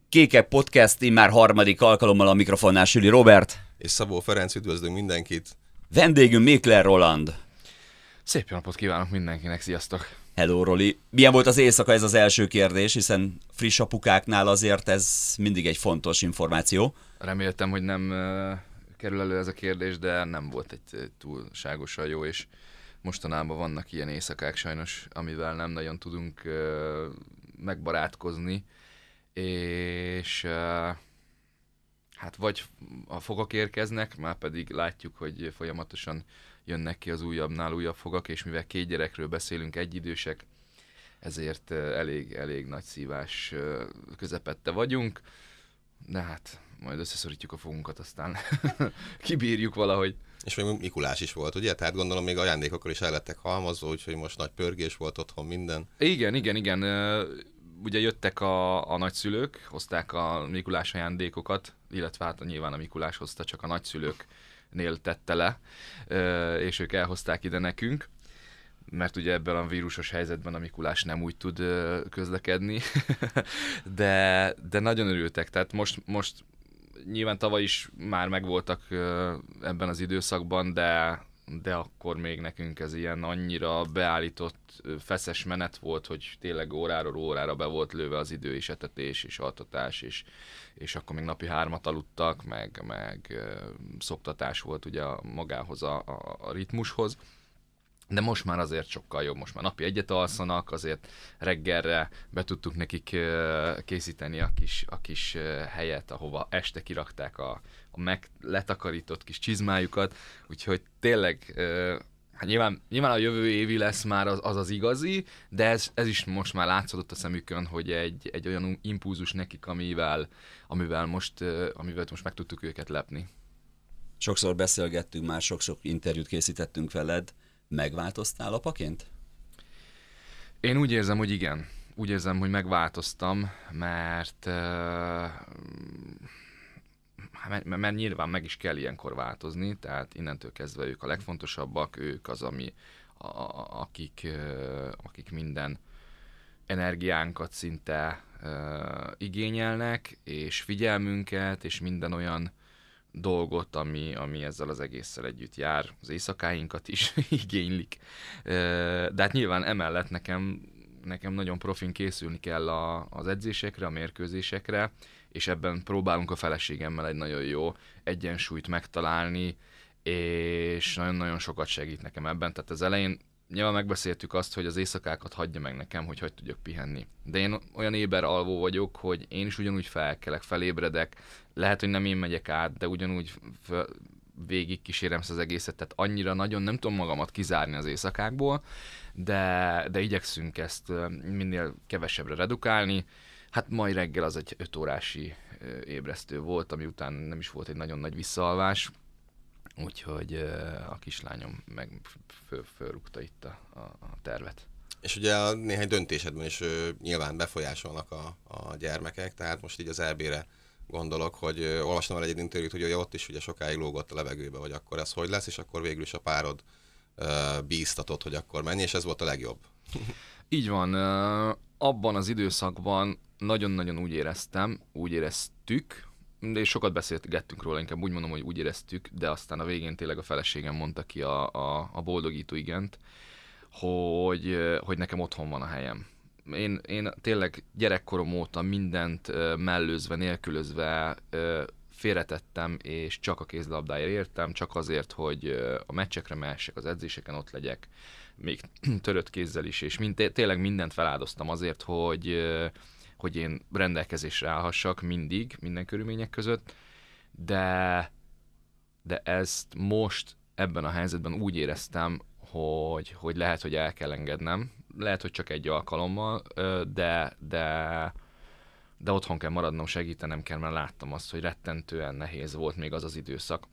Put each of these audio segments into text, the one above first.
Kékek Podcast immár harmadik alkalommal a mikrofonnál Süli Robert. És Szabó Ferenc, üdvözlünk mindenkit. Vendégünk Mikler Roland. Szép jó napot kívánok mindenkinek, sziasztok! Hello, Roli. Milyen volt az éjszaka, ez az első kérdés, hiszen friss apukáknál azért ez mindig egy fontos információ. Reméltem, hogy nem kerül elő ez a kérdés, de nem volt egy túlságosan jó, és mostanában vannak ilyen éjszakák sajnos, amivel nem nagyon tudunk megbarátkozni, és hát vagy a fogak érkeznek, már pedig látjuk, hogy folyamatosan jönnek ki az újabbnál újabb fogak, és mivel 2 gyerekről beszélünk, egyidősek, ezért elég nagy szívás közepette vagyunk, de hát majd összeszorítjuk a fogunkat, aztán kibírjuk valahogy. És még Mikulás is volt, ugye? Tehát gondolom még ajándékokkal is el lettek halmozva, úgyhogy most nagy pörgés volt otthon minden. Igen. Ugye jöttek a nagyszülők, hozták a Mikulás ajándékokat, illetve hát nyilván a Mikulás hozta, csak a nagyszülőknél tette le, és ők elhozták ide nekünk, mert ugye ebben a vírusos helyzetben a Mikulás nem úgy tud közlekedni, de nagyon örültek, tehát most nyilván tavaly is már megvoltak ebben az időszakban, de akkor még nekünk ez ilyen annyira beállított feszes menet volt, hogy tényleg óráról órára be volt lőve az idő, és etetés, és altatás, és akkor még napi 3 aludtak, meg szoktatás volt ugye magához a ritmushoz. De most már azért sokkal jobb, most már napi 1 alszanak, azért reggelre be tudtuk nekik készíteni a kis helyet, ahova este kirakták a letakarított kis csizmájukat, úgyhogy tényleg, hát nyilván a jövő évi lesz már az igazi, de ez is most már látszott a szemükön, hogy egy olyan impulzus nekik, amivel most meg tudtuk őket lepni. Sokszor beszélgettünk már, sok-sok interjút készítettünk veled. Megváltoztál apaként? Én úgy érzem, hogy igen. Úgy érzem, hogy megváltoztam, mert nyilván meg is kell ilyenkor változni, tehát innentől kezdve ők a legfontosabbak, ők az, akik minden energiánkat szinte igényelnek, és figyelmünket, és minden olyan dolgot, ami ezzel az egésszel együtt jár, az éjszakáinkat is igénylik. De hát nyilván emellett nekem nagyon profin készülni kell az edzésekre, a mérkőzésekre, és ebben próbálunk a feleségemmel egy nagyon jó egyensúlyt megtalálni, és nagyon-nagyon sokat segít nekem ebben. Tehát az elején nyilván megbeszéltük azt, hogy az éjszakákat hagyja meg nekem, hogy tudjak pihenni. De én olyan éber alvó vagyok, hogy én is ugyanúgy felkelek, felébredek, lehet, hogy nem én megyek át, de ugyanúgy végig kísérem ezt az egészet, tehát annyira nagyon nem tudom magamat kizárni az éjszakákból, de igyekszünk ezt minél kevesebbre redukálni. Hát mai reggel az egy 5 órási ébresztő volt, ami után nem is volt egy nagyon nagy visszaalvás, úgyhogy a kislányom meg fölrúgta itt a tervet. És ugye a néhány döntésedben is nyilván befolyásolnak a gyermekek, tehát most így az EB-re gondolok, hogy olvastam el egy interjút, hogy ott is ugye sokáig lógott a levegőbe, hogy akkor ez hogy lesz, és akkor végül is a párod bíztatott, hogy akkor menj, és ez volt a legjobb. Így van, abban az időszakban nagyon-nagyon úgy éreztük, de és sokat beszélgettünk róla, inkább úgy mondom, hogy úgy éreztük, de aztán a végén tényleg a feleségem mondta ki a boldogító igent, hogy nekem otthon van a helyem. Én tényleg gyerekkorom óta mindent mellőzve, nélkülözve félretettem, és csak a kézilabdáért értem, csak azért, hogy a meccsekre mehessek, az edzéseken ott legyek, még törött kézzel is, és tényleg mindent feláldoztam azért, hogy én rendelkezésre állhassak mindig, minden körülmények között, de ezt most ebben a helyzetben úgy éreztem, hogy lehet, hogy el kell engednem, lehet, hogy csak 1 alkalommal, de otthon kell maradnom, segítenem kell, mert láttam azt, hogy rettentően nehéz volt még az időszak.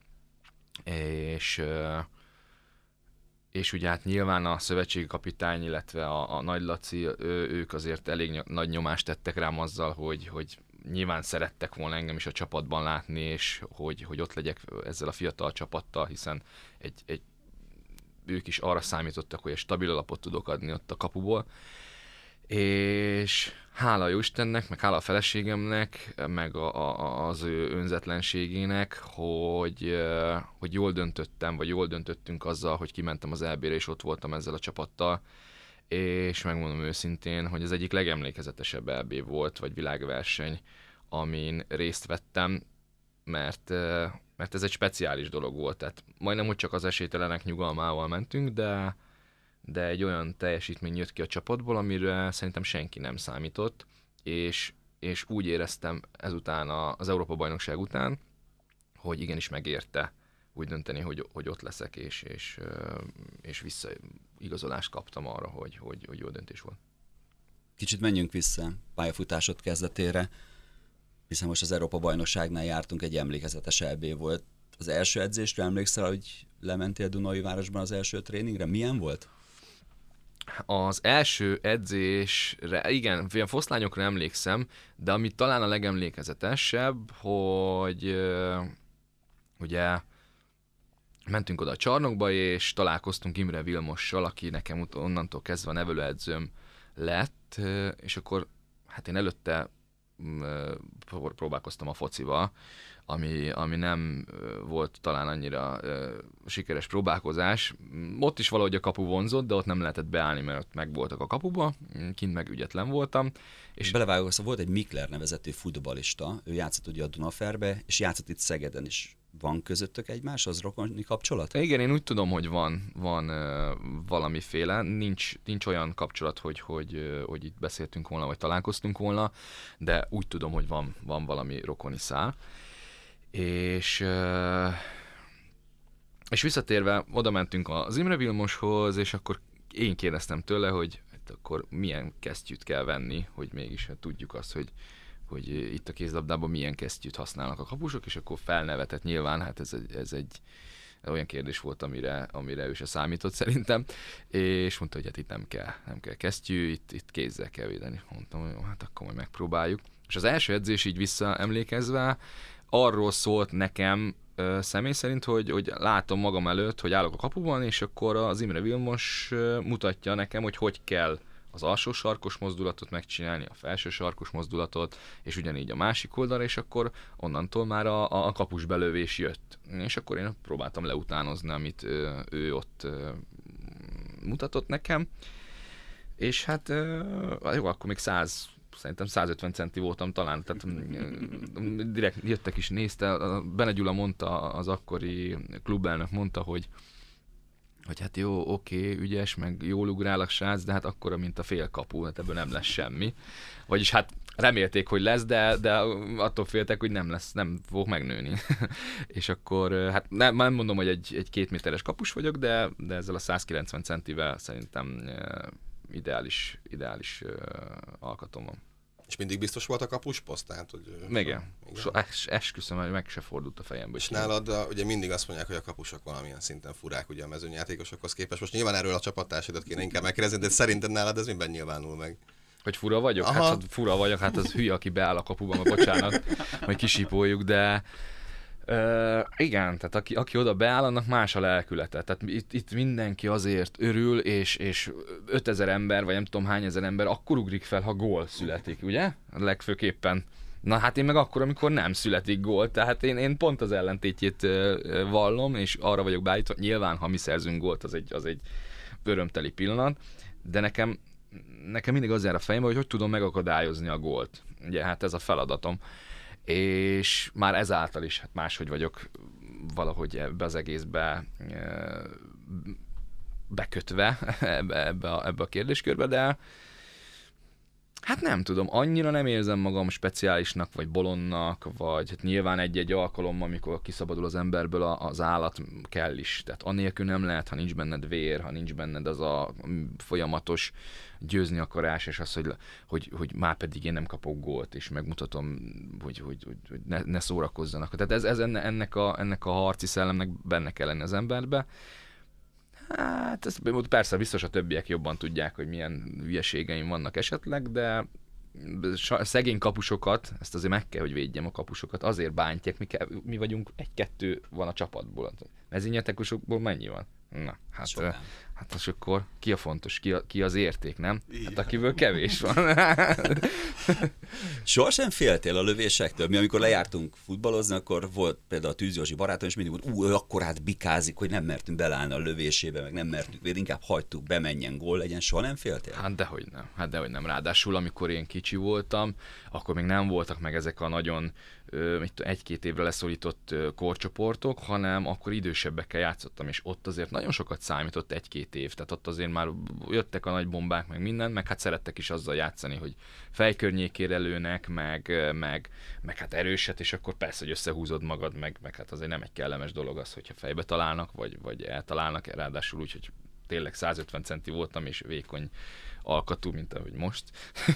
És ugye hát nyilván a szövetségi kapitány, illetve a Nagy Laci, ők azért elég nagy nyomást tettek rám azzal, hogy nyilván szerettek volna engem is a csapatban látni, és hogy ott legyek ezzel a fiatal csapattal, hiszen ők is arra számítottak, hogy egy stabil alapot tudok adni ott a kapuból. És hála jó Istennek, meg hála a feleségemnek, meg az ő önzetlenségének, hogy jól döntöttem, vagy jól döntöttünk azzal, hogy kimentem az EB-re, és ott voltam ezzel a csapattal, és megmondom őszintén, hogy az egyik legemlékezetesebb EB volt, vagy világverseny, amin részt vettem, mert ez egy speciális dolog volt, tehát majdnem, hogy csak az esélytelenek nyugalmával mentünk, de egy olyan teljesítmény jött ki a csapatból, amire szerintem senki nem számított, és úgy éreztem ezután az Európa-bajnokság után, hogy igenis megérte úgy dönteni, hogy ott leszek, és visszaigazolást kaptam arra, hogy jó döntés volt. Kicsit menjünk vissza pályafutásod kezdetére, hiszen most az Európa-bajnokságnál jártunk, egy emlékezetes EB volt. Az első edzésre emlékszel, hogy lementél Dunaújvárosban az első tréningre? Milyen volt? Az első edzésre, igen, ilyen foszlányokra emlékszem, de ami talán a legemlékezetesebb, hogy ugye mentünk oda a csarnokba, és találkoztunk Imre Vilmossal, aki nekem onnantól kezdve a nevelőedzőm lett, és akkor hát én előtte próbálkoztam a focival, ami nem volt talán annyira sikeres próbálkozás. Ott is valahogy a kapu vonzott, de ott nem lehetett beállni, mert ott meg voltak a kapuba, kint meg ügyetlen voltam. És belevágok, volt egy Mikler nevezetű futballista, ő játszott ugye a Dunaferbe, és játszott itt Szegeden is. Van közöttök egymáshoz rokoni kapcsolat? Igen, én úgy tudom, hogy van valamiféle, nincs olyan kapcsolat, hogy itt beszéltünk volna, vagy találkoztunk volna, de úgy tudom, hogy van valami rokoni szál. És visszatérve, oda mentünk az Imre Vilmoshoz, és akkor én kérdeztem tőle, hogy hát akkor milyen kesztyűt kell venni, hogy mégis tudjuk azt, hogy itt a kézlabdában milyen kesztyűt használnak a kapusok, és akkor felnevetett nyilván, hát ez egy olyan kérdés volt, amire ő se számított szerintem, és mondta, hogy hát itt nem kell kesztyű, itt kézzel kell védeni. Mondtam, hogy jó, hát akkor majd megpróbáljuk. És az első edzés így visszaemlékezve arról szólt nekem személy szerint, hogy látom magam előtt, hogy állok a kapuban, és akkor az Imre Vilmos mutatja nekem, hogy kell az alsó sarkos mozdulatot megcsinálni, a felső sarkos mozdulatot, és ugyanígy a másik oldalra, és akkor onnantól már a kapus belövés jött. És akkor én próbáltam leutánozni, amit ő ott mutatott nekem, és hát jó, akkor még szerintem 150 centi voltam talán, tehát direkt jöttek is, nézte, Bene Gyula mondta, az akkori klubelnök mondta, hogy hát jó, oké, ügyes, meg jól ugrál a srác, de hát akkora, mint a félkapu, hát ebből nem lesz semmi. Vagyis hát remélték, hogy lesz, de attól féltek, hogy nem fog megnőni. És akkor, hát nem mondom, hogy egy 2 méteres kapus vagyok, de ezzel a 190 centivel szerintem ideális alkatom van. És mindig biztos volt a kapusposzt? Tehát, hogy igen. Esküszöm, hogy meg se fordult a fejembe. És nálad ugye mindig azt mondják, hogy a kapusok valamilyen szinten furák ugye a mezőnyjátékosokhoz képest. Most nyilván erről a csapattársadat kéne inkább megkérdezni, de szerinted nálad ez miben nyilvánul meg? Hogy fura vagyok? Aha. Hát fura vagyok, hát az hülye, aki beáll a kapuban, bocsánat, majd kisipoljuk, de igen, tehát aki oda beáll, annak más a lelkülete. Tehát itt mindenki azért örül, és 5000 ember, vagy nem tudom hány ezer ember akkor ugrik fel, ha gól születik, ugye? Legfőképpen. Na hát én meg akkor, amikor nem születik gól, tehát én pont az ellentétjét vallom, és arra vagyok beállítva, nyilván, ha mi szerzünk gólt, az egy örömteli pillanat, de nekem mindig az jár a fejembe, hogy tudom megakadályozni a gólt. Ugye, hát ez a feladatom. És már ezáltal is hát máshogy vagyok valahogy ebbe az egészbe bekötve ebbe a kérdéskörbe, de hát nem tudom, annyira nem érzem magam speciálisnak, vagy bolondnak, vagy hát nyilván egy-egy alkalom, amikor kiszabadul az emberből az állat kell is. Tehát annélkül nem lehet, ha nincs benned vér, ha nincs benned az a folyamatos győzni akarás, és az, hogy már pedig én nem kapok gólt, és megmutatom, hogy ne szórakozzanak. Tehát ennek a harci szellemnek benne kell lenni az emberbe. Hát ez persze biztos a többiek jobban tudják, hogy milyen hülyeségeim vannak esetleg, de szegény kapusokat, ezt azért meg kell, hogy védjem a kapusokat, azért bántják, mi vagyunk 1-2 van a csapatból. Mezőnyjátékosokból mennyi van? Na, Hát és akkor ki a fontos, ki az érték, nem? Hát akiből kevés van. Sohasem féltél a lövésektől? Mi amikor lejártunk futballozni, akkor volt például a Tűz Józsi barátom, és mindig volt, ő akkorát bikázik, hogy nem mertünk belállni a lövésébe, meg nem mertünk védeni, inkább hagytuk, bemenjen, gól legyen. Soha nem féltél? Hát dehogy nem. Ráadásul, amikor én kicsi voltam, akkor még nem voltak meg ezek a nagyon 1-2 évre leszólított korcsoportok, hanem akkor idősebbekkel játszottam, és ott azért nagyon sokat számított 1-2 év, tehát ott azért már jöttek a nagy bombák, meg minden, meg hát szerettek is azzal játszani, hogy fejkörnyékére lőnek, meg hát erőset, és akkor persze, hogy összehúzod magad, meg hát azért nem egy kellemes dolog az, hogyha fejbe találnak, vagy eltalálnak, ráadásul úgy, hogy tényleg 150 centi voltam, és vékony alkatú, mint ahogy most.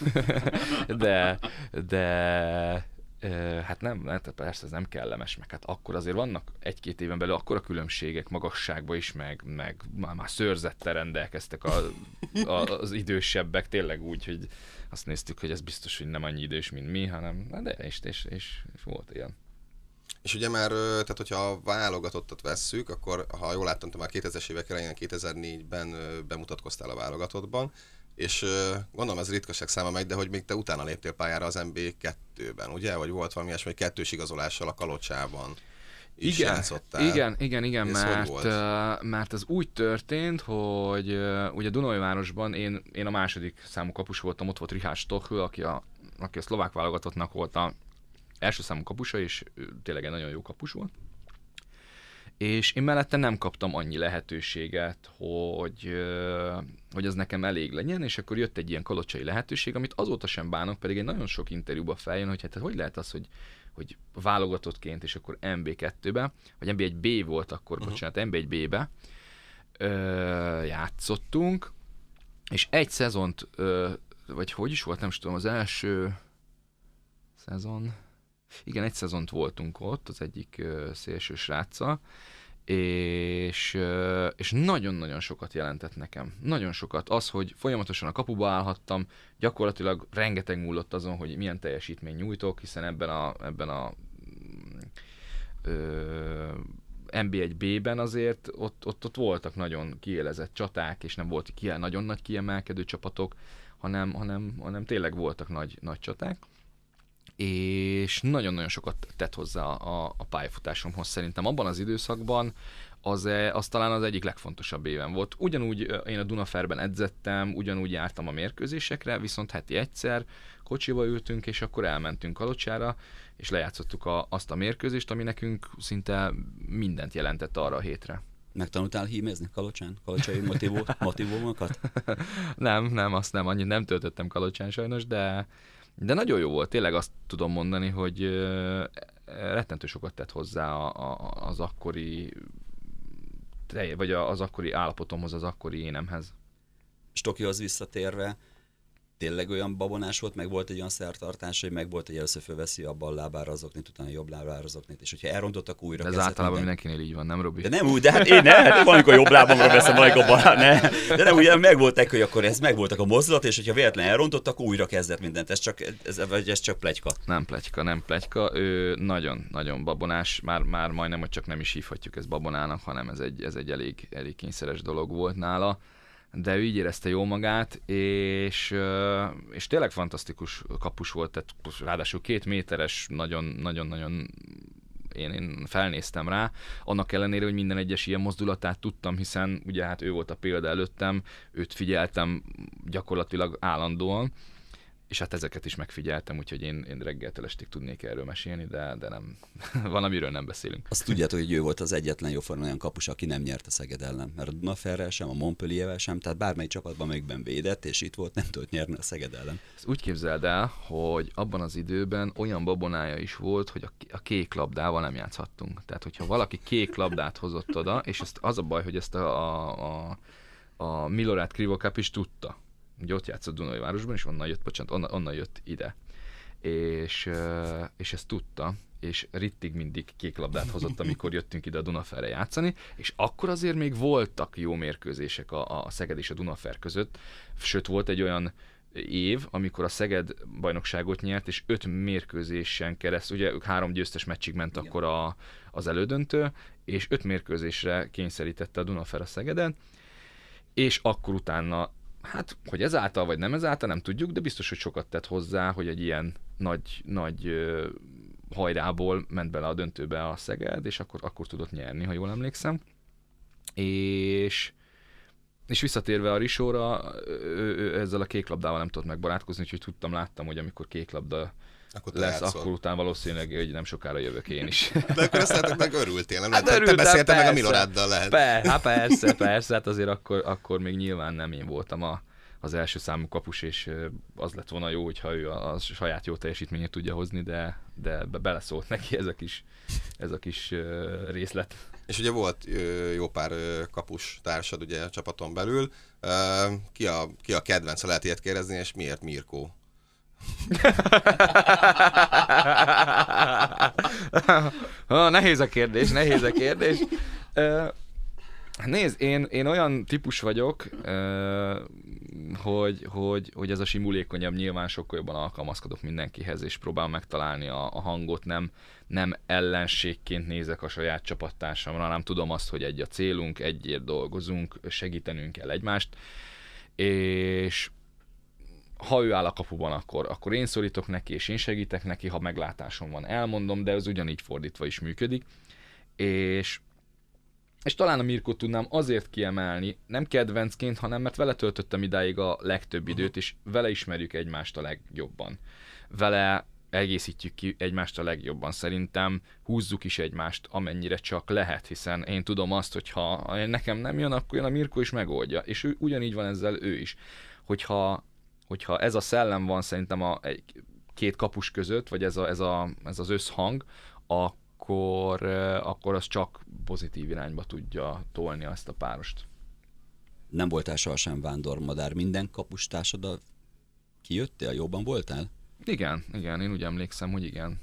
de hát nem, hát persze ez nem kellemes, meg hát akkor azért vannak 1-2 éven belül akkora különbségek magasságban is, meg már szőrzettel rendelkeztek az idősebbek, tényleg úgy, hogy azt néztük, hogy ez biztos, hogy nem annyi idős, mint mi, hanem de és volt ilyen. És ugye már, tehát hogyha a válogatottat vesszük, akkor ha jól láttam, te már 2000-es évek elején, 2004-ben bemutatkoztál a válogatottban, és gondolom ez ritkaság száma megy, de hogy még te utána léptél pályára az NB2-ben, ugye? Vagy volt valami ilyesmi, hogy 2-s igazolással a Kalocsában is játszottál. Igen, mert ez úgy történt, hogy ugye Dunaújvárosban én a második számú kapus voltam, ott volt Richard Stochel, aki a szlovák válogatottnak volt a első számú kapusa, és tényleg egy nagyon jó kapus volt. És én mellette nem kaptam annyi lehetőséget, hogy az nekem elég legyen, és akkor jött egy ilyen kalocsai lehetőség, amit azóta sem bánok, pedig egy nagyon sok interjúban feljön, hogy hát hogy lehet az, hogy válogatottként, és akkor NB2-be, vagy NB1B volt akkor, bocsánat, NB1B-be játszottunk, és egy szezont, vagy hogy is volt, nem tudom, az első szezon, igen, egy szezont voltunk ott, az egyik szélső sráccal, és nagyon-nagyon sokat jelentett nekem. Nagyon sokat. Az, hogy folyamatosan a kapuba állhattam, gyakorlatilag rengeteg múlott azon, hogy milyen teljesítmény nyújtok, hiszen ebben a NB1B-ben azért ott voltak nagyon kiélezett csaták, és nem volt nagyon nagy kiemelkedő csapatok, hanem tényleg voltak nagy csaták. És nagyon-nagyon sokat tett hozzá a pályafutásomhoz szerintem. Abban az időszakban az talán az egyik legfontosabb éven volt. Ugyanúgy én a Dunaferben edzettem, ugyanúgy jártam a mérkőzésekre, viszont heti egyszer kocsiba ültünk, és akkor elmentünk Kalocsára, és lejátszottuk azt a mérkőzést, ami nekünk szinte mindent jelentett arra a hétre. Megtanultál hímezni Kalocsán? Kalocsai motivumokat? Nem, azt nem, annyit nem töltöttem Kalocsán sajnos, de nagyon jó volt, tényleg azt tudom mondani, hogy rettentő sokat tett hozzá az akkori, vagy az akkori állapotomhoz, az akkori énemhez. Stokihoz visszatérve, tényleg olyan babonás volt, meg volt egy olyan szertartás, hogy meg volt, hogy először fölveszi a bal lábára az oknit, utána a jobb lábára az oknit, és hogyha elrontottak újra. De ez általában mindenkinél így van, nem Robi? De nem úgy, de hát én nem, valamikor jobb lábamra veszem, valamikor bal, ne. De nem úgy, meg volt hogy akkor ez megvoltak a mozdulat, és hogyha véletlenül elrontottak, újra kezdett mindent. Ez csak pletyka. Nem pletyka. Ő nagyon babonás, már majdnem, hogy csak nem is hívhatjuk ezt babonának, hanem ez egy elég kényszeres dolog volt nála. De ő így érezte jól magát, és tényleg fantasztikus kapus volt, tehát ráadásul 2 méteres, nagyon én felnéztem rá, annak ellenére, hogy minden egyes ilyen mozdulatát tudtam, hiszen ugye hát ő volt a példa előttem, őt figyeltem gyakorlatilag állandóan, és hát ezeket is megfigyeltem, úgyhogy én reggeltől estig tudnék erről mesélni, de nem, van, amiről nem beszélünk. Azt tudjátok, hogy ő volt az egyetlen jóformán olyan kapus, aki nem nyert a Szeged ellen, mert a Dunaferrel sem, a Montpellierrel sem, tehát bármely csapatban mégben védett, és itt volt, nem tudott nyerni a Szeged ellen. Ezt úgy képzeld el, hogy abban az időben olyan babonája is volt, hogy a kék labdával nem játszhattunk. Tehát, hogyha valaki kék labdát hozott oda, és az a baj, hogy ezt a Milorad Krivokap is tudta. Ugye ott játszott Dunaújvárosban, és onnan jött ide. És ezt tudta, és Rittig mindig kék labdát hozott, amikor jöttünk ide a Dunaferre játszani, és akkor azért még voltak jó mérkőzések a Szeged és a Dunafer között, sőt volt egy olyan év, amikor a Szeged bajnokságot nyert, és 5 mérkőzésen keresztül, ugye 3 győztes meccsig ment akkor az elődöntő, és 5 mérkőzésre kényszerítette a Dunafer a Szegedet, és akkor utána, hát, hogy ezáltal vagy nem ezáltal, nem tudjuk, de biztos, hogy sokat tett hozzá, hogy egy ilyen nagy hajrából ment bele a döntőbe a Szeged, és akkor tudott nyerni, ha jól emlékszem. És visszatérve a Risóra, ő ezzel a kéklabdával nem tudott megbarátkozni, úgyhogy láttam, hogy amikor kéklabda lesz, akkor utána valószínűleg, hogy nem sokára jövök én is. De akkor ezt meg örültél, nem? Hát te beszéltem meg a Miloráddal lehet. Persze, hát azért akkor még nyilván nem én voltam az első számú kapus, és az lett volna jó, hogyha ő a saját jó teljesítményét tudja hozni, de beleszólt neki ez a kis részlet. És ugye volt jó pár kapus társad ugye a csapaton belül. Ki a kedvenc, ha lehet ilyet kérdezni, és miért Mirkó? Nehéz a kérdés. Nézd, én olyan típus vagyok, hogy ez a simulékonyabb, nyilván sokkal jobban alkalmazkodok mindenkihez, és próbálom megtalálni a hangot, nem ellenségként nézek a saját csapattársamra, hanem tudom azt, hogy egy a célunk, egyért dolgozunk, segítenünk kell egymást, és ha ő áll a kapuban, akkor én szólítok neki, és én segítek neki, ha meglátásom van, elmondom, de ez ugyanígy fordítva is működik, és talán a Mirkót tudnám azért kiemelni, nem kedvencként, hanem mert vele töltöttem idáig a legtöbb időt, és vele ismerjük egymást a legjobban. Vele egészítjük ki egymást a legjobban. Szerintem húzzuk is egymást, amennyire csak lehet, hiszen én tudom azt, hogy ha nekem nem jön, akkor jön a Mirkó is megoldja. És ő ugyanígy van ezzel ő is. Hogyha ez a szellem van szerintem két kapus között, vagy ez az összhang, akkor az csak pozitív irányba tudja tolni azt a párost. Nem voltál sohasem vándormadár, minden kapustársaddal kijöttél, jobban voltál? Igen, én úgy emlékszem, hogy igen.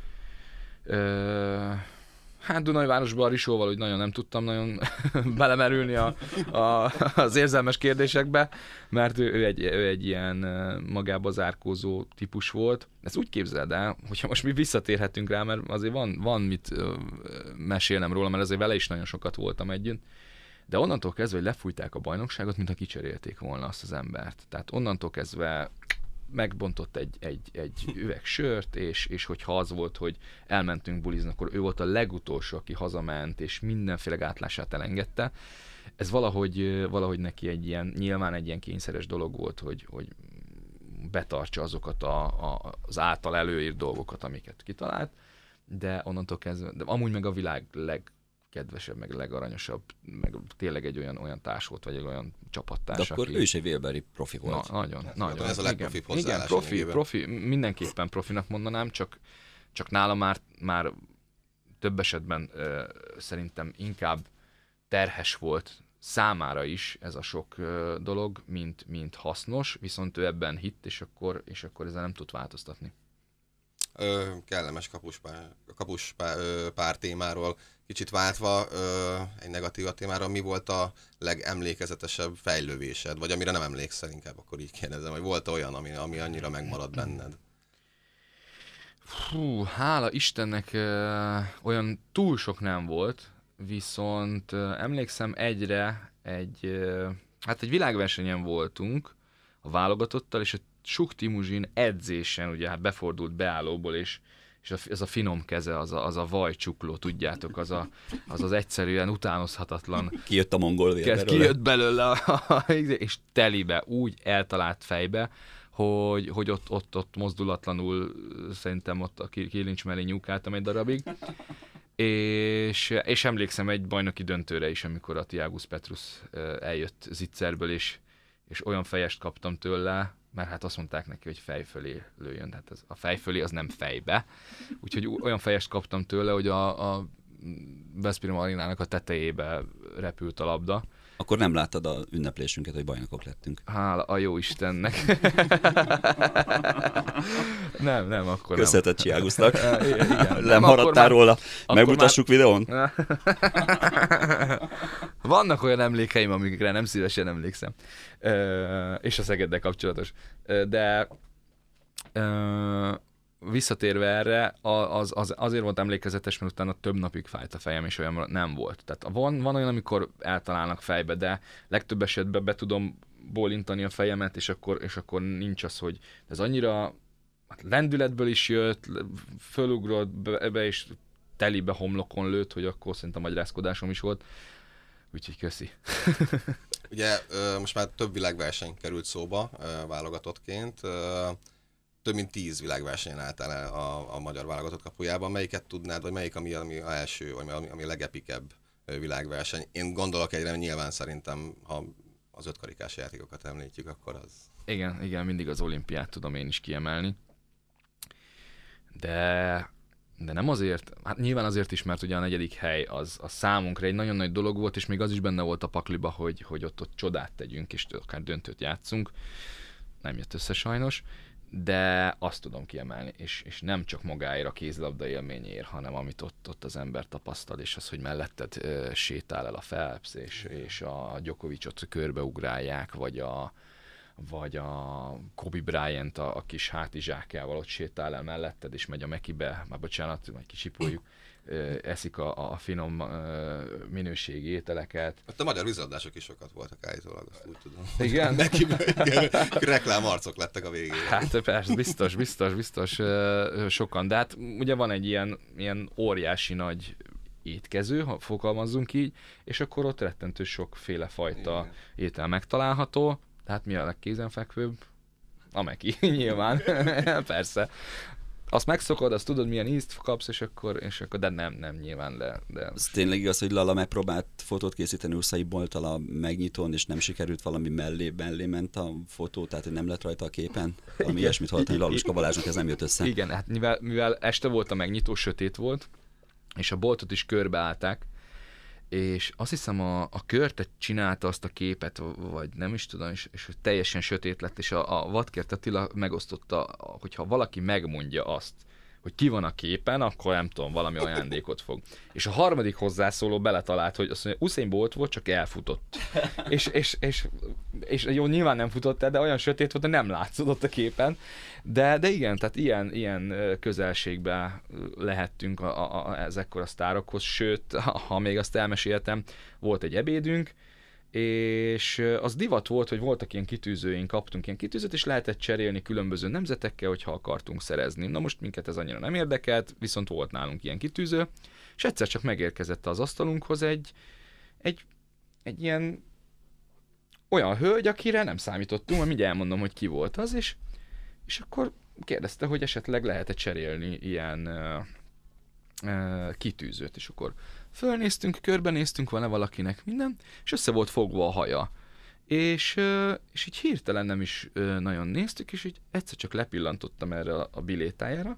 Hát Dunajvárosban a Risóval úgy nagyon nem tudtam nagyon belemerülni az érzelmes kérdésekbe, mert ő egy ilyen magába zárkózó típus volt. Ezt úgy képzeld el, hogyha most mi visszatérhetünk rá, mert azért van mit mesélnem róla, mert azért vele is nagyon sokat voltam együtt. De onnantól kezdve, hogy lefújták a bajnokságot, mintha kicserélték volna azt az embert. Tehát onnantól kezdve megbontott egy üveg sört, és hogyha az volt, hogy elmentünk bulizni, akkor ő volt a legutolsó, aki hazament, és mindenféle gátlását elengedte. Ez valahogy neki nyilván egy ilyen kényszeres dolog volt, hogy betartsa azokat az által előírt dolgokat, amiket kitalált, de onnantól kezdve, de amúgy meg a világ legkedvesebb, meg legaranyosabb, meg tényleg egy olyan társ volt, vagy egy olyan csapattárs. De akkor ő is egy Wilberi profi volt. Nagyon. Ez a legprofibb hozzáállás. Igen, profi, mindenképpen profinak mondanám, csak nála már több esetben szerintem inkább terhes volt számára is ez a sok dolog, mint hasznos, viszont ő ebben hitt, és akkor ezzel nem tud változtatni. Kellemes kapuspár témáról kicsit váltva, egy negatív témára, mi volt a legemlékezetesebb fejlővésed, vagy amire nem emlékszel, inkább akkor így kérdezem, hogy volt olyan, ami annyira megmaradt benned? Hála Istennek olyan túl sok nem volt, viszont emlékszem egy világversenyen voltunk a válogatottal, és a Suk Timuzsin edzésen, ugye hát befordult beállóból, és ez a finom keze, az a vajcsukló, tudjátok, az egyszerűen utánozhatatlan. Kijött a mongol vér belőle. Kijött belőle, és telibe, úgy eltalált fejbe, hogy ott mozdulatlanul szerintem ott a kilincs mellé nyúkáltam egy darabig. És emlékszem egy bajnoki döntőre is, amikor a Tiagus Petrus eljött Zicserből, és olyan fejest kaptam tőle, mert hát azt mondták neki, hogy fej fölé lőjön, hát a fej fölé az nem fejbe. Úgyhogy olyan fejest kaptam tőle, hogy a Veszprém arénának a tetejébe repült a labda. Akkor nem láttad a ünneplésünket, hogy bajnokok lettünk. Hála a jó Istennek. nem, akkor Köszönhetett Tiagusnak. Igen. Nem maradtál róla. Megmutassuk videón? Vannak olyan emlékeim, amikre nem szívesen emlékszem. És a Szegeddel kapcsolatos. De visszatérve erre, azért volt emlékezetes, mert utána több napig fájt a fejem, és olyan nem volt. Tehát van olyan, amikor eltalálnak fejbe, de legtöbb esetben be tudom bólintani a fejemet, és akkor nincs az, hogy ez annyira lendületből is jött, fölugrott be és telibe homlokon lőtt, hogy akkor szerintem magyarázkodásom is volt. Úgyhogy köszi. Ugye most már több világverseny került szóba válogatottként. Több mint 10 világversenyen álltál a magyar válogatott kapujában. Melyiket tudnád, vagy melyik ami a első, vagy ami a legepikebb világverseny? Én gondolok egyre, nyilván szerintem, ha az ötkarikás játékokat említjük, akkor az... Igen, mindig az olimpiát tudom én is kiemelni. De nem azért, hát nyilván azért is, mert ugye a 4. hely az számunkra egy nagyon nagy dolog volt, és még az is benne volt a pakliba, hogy ott csodát tegyünk, és akár döntőt játszunk. Nem jött össze sajnos, de azt tudom kiemelni, és nem csak magáért a kézilabda élményéért, hanem amit ott az ember tapasztal, és az, hogy melletted sétál el a Phelps, és a Djokovicot körbeugrálják, vagy a Kobe Bryant a kis hátizsákjával ott sétál el melletted, és megy a Mekibe, már bocsánat, majd kicsipoljuk, eszik a finom minőségi ételeket. Ott a magyar vízadások is sokat voltak állítólag, azt úgy tudom. Igen? Reklámarcok lettek a végén. Hát persze, biztos sokan, de hát ugye van egy ilyen óriási nagy étkező, ha fogalmazzunk így, és akkor ott rettentő sokféle fajta étel megtalálható. Tehát mi a legkézenfekvőbb? A Meki, nyilván. Persze. Azt megszokod, azt tudod, milyen ízt kapsz, és akkor de nem nyilván, de... Ez tényleg igaz, hogy Lala megpróbált fotót készíteni Usain Bolttal a megnyitón, és nem sikerült, valami mellé ment a fotó, tehát nem lett rajta a képen? Valami ilyesmit hallottam, hogy Laluska Balázsnak ez nem jött össze. Igen, hát mivel este volt a megnyitó, sötét volt, és a boltot is körbeállták, és azt hiszem a Körte csinálta azt a képet, vagy nem is tudom, és teljesen sötét lett, és a Vadkert Attila megosztotta, hogyha valaki megmondja azt, hogy ki van a képen, akkor nem tudom, valami ajándékot fog. És a harmadik hozzászóló beletalált, hogy azt mondja, Usain Bolt volt, csak elfutott. és jó, nyilván nem futott el, de olyan sötét volt, hogy nem látszódott a képen. De igen, tehát ilyen közelségben lehettünk ezekkor a sztárokhoz, sőt, ha még azt elmeséltem, volt egy ebédünk, és az divat volt, hogy voltak ilyen kitűzőink, kaptunk ilyen kitűzőt, és lehetett cserélni különböző nemzetekkel, hogyha akartunk szerezni. Na most minket ez annyira nem érdekelt, viszont volt nálunk ilyen kitűző, és egyszer csak megérkezett az asztalunkhoz egy ilyen olyan hölgy, akire nem számítottunk, mert mindjárt elmondom, hogy ki volt az, és akkor kérdezte, hogy esetleg lehet-e cserélni ilyen kitűzőt, és akkor fölnéztünk, körbenéztünk, van-e valakinek minden, és össze volt fogva a haja. És így hirtelen nem is nagyon néztük, és így egyszer csak lepillantottam erre a bilétájára.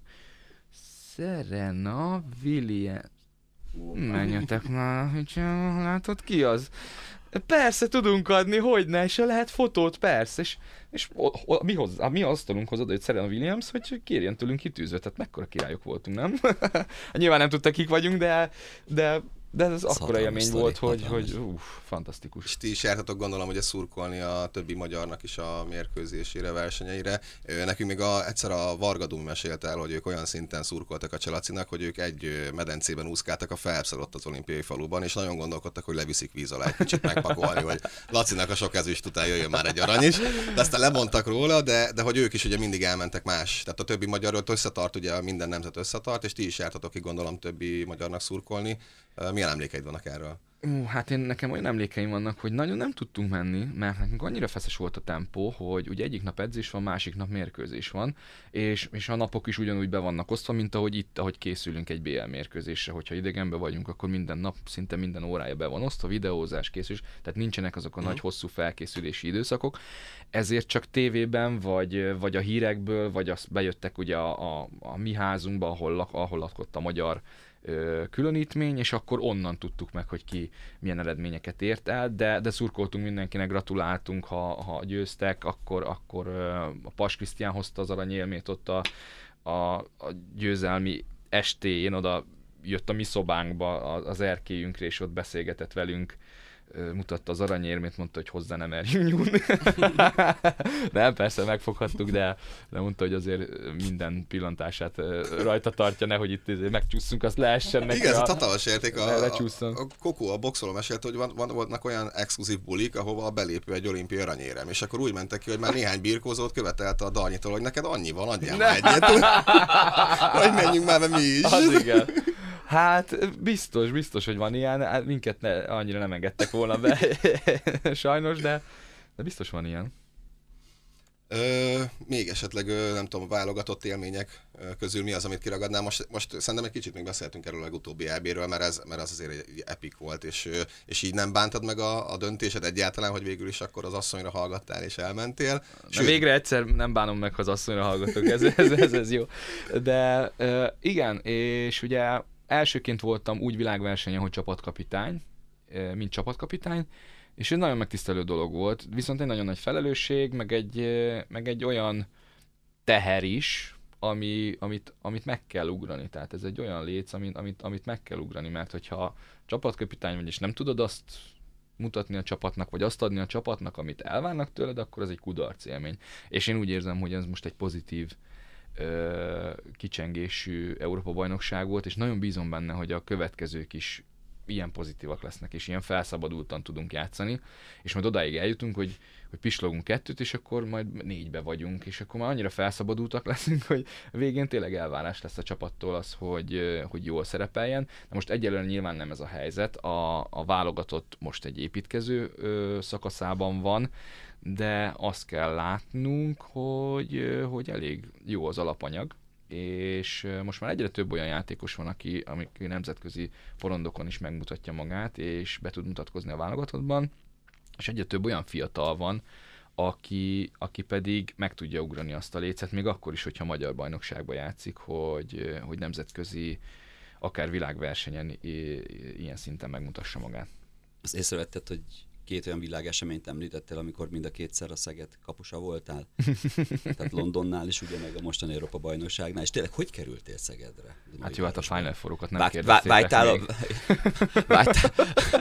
Serena Williams. Menjetek már, hogy látod, ki az? Persze, tudunk adni, hogyne, és lehet fotót, persze, és mi asztalunkhoz odajött Serena Williams, hogy kérjen tőlünk kitűzőt, tehát mekkora királyok voltunk, nem? Nyilván nem tudtak, kik vagyunk, de ez akkora élmény volt, hogy fantasztikus. És ti is jártatok, gondolom, hogy szurkolni a többi magyarnak is a mérkőzésére, versenyeire. Nekünk még egyszer a Varga Dumi mesélte el, hogy ők olyan szinten szurkoltak a Cselacinak, hogy ők egy medencében úszkáltak a Phelps ott az olimpiai faluban, és nagyon gondolkodtak, hogy leviszik víz alá egy kicsit megpakolni, hogy Lacinak a sok ezüst után jöjjön már egy arany is. De aztán lemondtak róla, de hogy ők is ugye mindig elmentek más. Tehát a többi magyarról összetart, ugye minden nemzet összetart, és ti is jártatok ki, gondolom, többi magyarnak szurkolni. Milyen emlékeid vannak erről? Hát nekem olyan emlékeim vannak, hogy nagyon nem tudtunk menni, mert nekünk annyira feszes volt a tempó, hogy ugye egyik nap edzés van, másik nap mérkőzés van, és a napok is ugyanúgy be vannak osztva, mint ahogy készülünk egy BL mérkőzésre. Hogyha idegenben vagyunk, akkor minden nap, szinte minden órája be van osztva, videózás, készülés, tehát nincsenek azok a nagy hosszú felkészülési időszakok. Ezért csak tévében, vagy a hírekből, vagy azt bejöttek ugye a mi házunkba, ahol lakott a magyar különítmény, és akkor onnan tudtuk meg, hogy ki milyen eredményeket ért el, de szurkoltunk mindenkinek, gratuláltunk, ha győztek, akkor a Paks Krisztián hozta az aranyélmét ott a győzelmi estéjén, oda jött a mi szobánkba az erkélyünkre, és ott beszélgetett velünk mutatta az aranyérmét, mondta, hogy hozzá nem merjünk nyúlni. Nem, persze megfoghattuk, de mondta, hogy azért minden pillantását rajta tartja, nehogy itt megcsúszunk, azt leessen neki. Igen, ez a hatalmas érték. A Kokó a boxoló mesélt, hogy vannak olyan exkluzív bulik, ahova a belépő egy olimpiai aranyérem, és akkor úgy mentek ki, hogy már néhány birkózót követelte a Darnyitól, hogy neked annyi van, adjál már egyet, hogy menjünk már be mi is. Az igen. Hát biztos, hogy van ilyen, hát minket annyira nem engedtek volna be, sajnos, de biztos van ilyen. Még esetleg, nem tudom, válogatott élmények közül mi az, amit kiragadnál? Most szerintem egy kicsit még beszéltünk erről a legutóbbi EB-ről, mert az azért egy epic volt, és így nem bántad meg a döntésed egyáltalán, hogy végül is akkor az asszonyra hallgattál és elmentél. Sőt, végre egyszer nem bánom meg, ha az asszonyra hallgatok, ez jó. De igen, és ugye elsőként voltam úgy világversenyen, hogy csapatkapitány, mint csapatkapitány, és ez nagyon megtisztelő dolog volt, viszont egy nagyon nagy felelősség, meg egy olyan teher is, amit meg kell ugrani. Tehát ez egy olyan léc, amit meg kell ugrani, mert hogyha csapatkapitány vagy, és nem tudod azt mutatni a csapatnak, vagy azt adni a csapatnak, amit elvárnak tőled, akkor ez egy kudarc élmény. És én úgy érzem, hogy ez most egy pozitív kicsengésű Európa-bajnokság volt, és nagyon bízom benne, hogy a következők is ilyen pozitívak lesznek, és ilyen felszabadultan tudunk játszani, és majd odáig eljutunk, hogy pislogunk 2-t, és akkor majd 4-be vagyunk, és akkor már annyira felszabadultak leszünk, hogy végén tényleg elvárás lesz a csapattól az, hogy jól szerepeljen. De most egyelőre nyilván nem ez a helyzet, a válogatott most egy építkező szakaszában van, de azt kell látnunk, hogy elég jó az alapanyag, és most már egyre több olyan játékos van, aki nemzetközi porondokon is megmutatja magát, és be tud mutatkozni a válogatottban, és egyre több olyan fiatal van, aki pedig meg tudja ugrani azt a lécet, még akkor is, hogyha magyar bajnokságban játszik, hogy nemzetközi, akár világversenyen ilyen szinten megmutassa magát. Azt észrevetted, hogy 2 olyan világeseményt említettél, amikor mind a kétszer a Szeged kapusa voltál. Tehát Londonnál is, ugye meg a mostani Európa-bajnokságnál. És tényleg, hogy kerültél Szegedre? Hát jó, hát a Final Four-okat nem kérdeztétek még. Vágytál...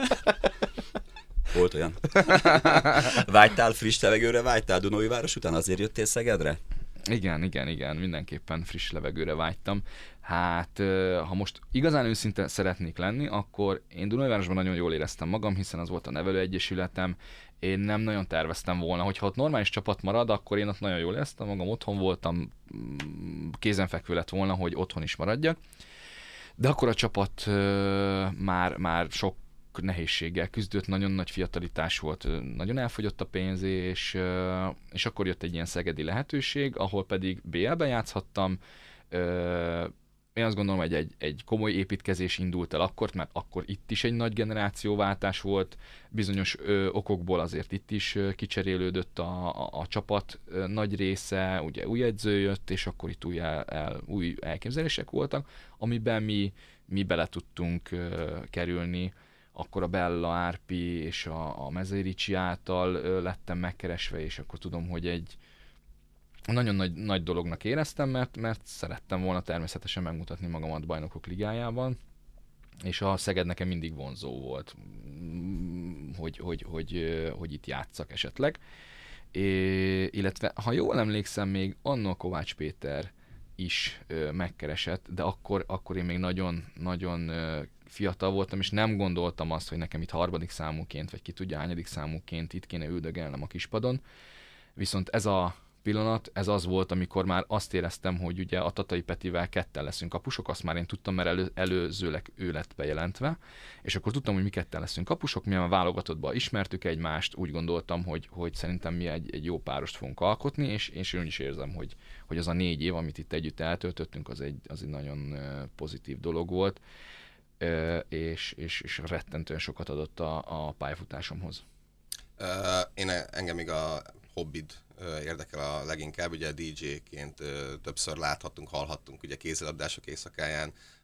Volt olyan. Vágytál friss levegőre, vágytál Dunaújváros után, azért jöttél Szegedre? Igen, mindenképpen friss levegőre vágytam. Hát, ha most igazán őszinte szeretnék lenni, akkor én Dunaújvárosban nagyon jól éreztem magam, hiszen az volt a nevelőegyesületem. Én nem nagyon terveztem volna, hogyha ott normális csapat marad, akkor én ott nagyon jól éreztem magam, otthon voltam, kézenfekvő lett volna, hogy otthon is maradjak. De akkor a csapat már sok nehézséggel küzdött, nagyon nagy fiatalitás volt, nagyon elfogyott a pénz, és akkor jött egy ilyen szegedi lehetőség, ahol pedig BL-ben játszhattam. Én azt gondolom, hogy egy komoly építkezés indult el akkor, mert akkor itt is egy nagy generációváltás volt, bizonyos okokból azért itt is kicserélődött a csapat nagy része, ugye új edző jött, és akkor itt új elképzelések voltak, amiben mi bele tudtunk kerülni. Akkor a Bella Árpi és a Mezei Ricsi által lettem megkeresve, és akkor tudom, hogy egy nagyon nagy dolognak éreztem, mert szerettem volna természetesen megmutatni magamat Bajnokok Ligájában, és a Szeged nekem mindig vonzó volt, hogy itt játsszak esetleg. Illetve, ha jól emlékszem, még anno Kovács Péter is megkeresett, de akkor én még nagyon fiatal voltam, és nem gondoltam azt, hogy nekem itt 3. számúként, vagy ki tudja hányadik számúként itt kéne üldögelnem a kispadon. Viszont ez a pillanat, ez az volt, amikor már azt éreztem, hogy ugye a Tatai Petivel ketten leszünk kapusok, azt már én tudtam, mert előzőleg ő lett bejelentve, és akkor tudtam, hogy mi ketten leszünk kapusok, mi a válogatottban ismertük egymást, úgy gondoltam, hogy szerintem mi egy jó párost fogunk alkotni, és én is érzem, hogy az a 4 év, amit itt együtt eltöltöttünk, az egy nagyon pozitív dolog volt, és rettentően sokat adott a pályafutásomhoz. Engem még a hobbid érdekel a leginkább, ugye DJ-ként többször láthattunk, hallhattunk ugye kézilabdások éjszakáján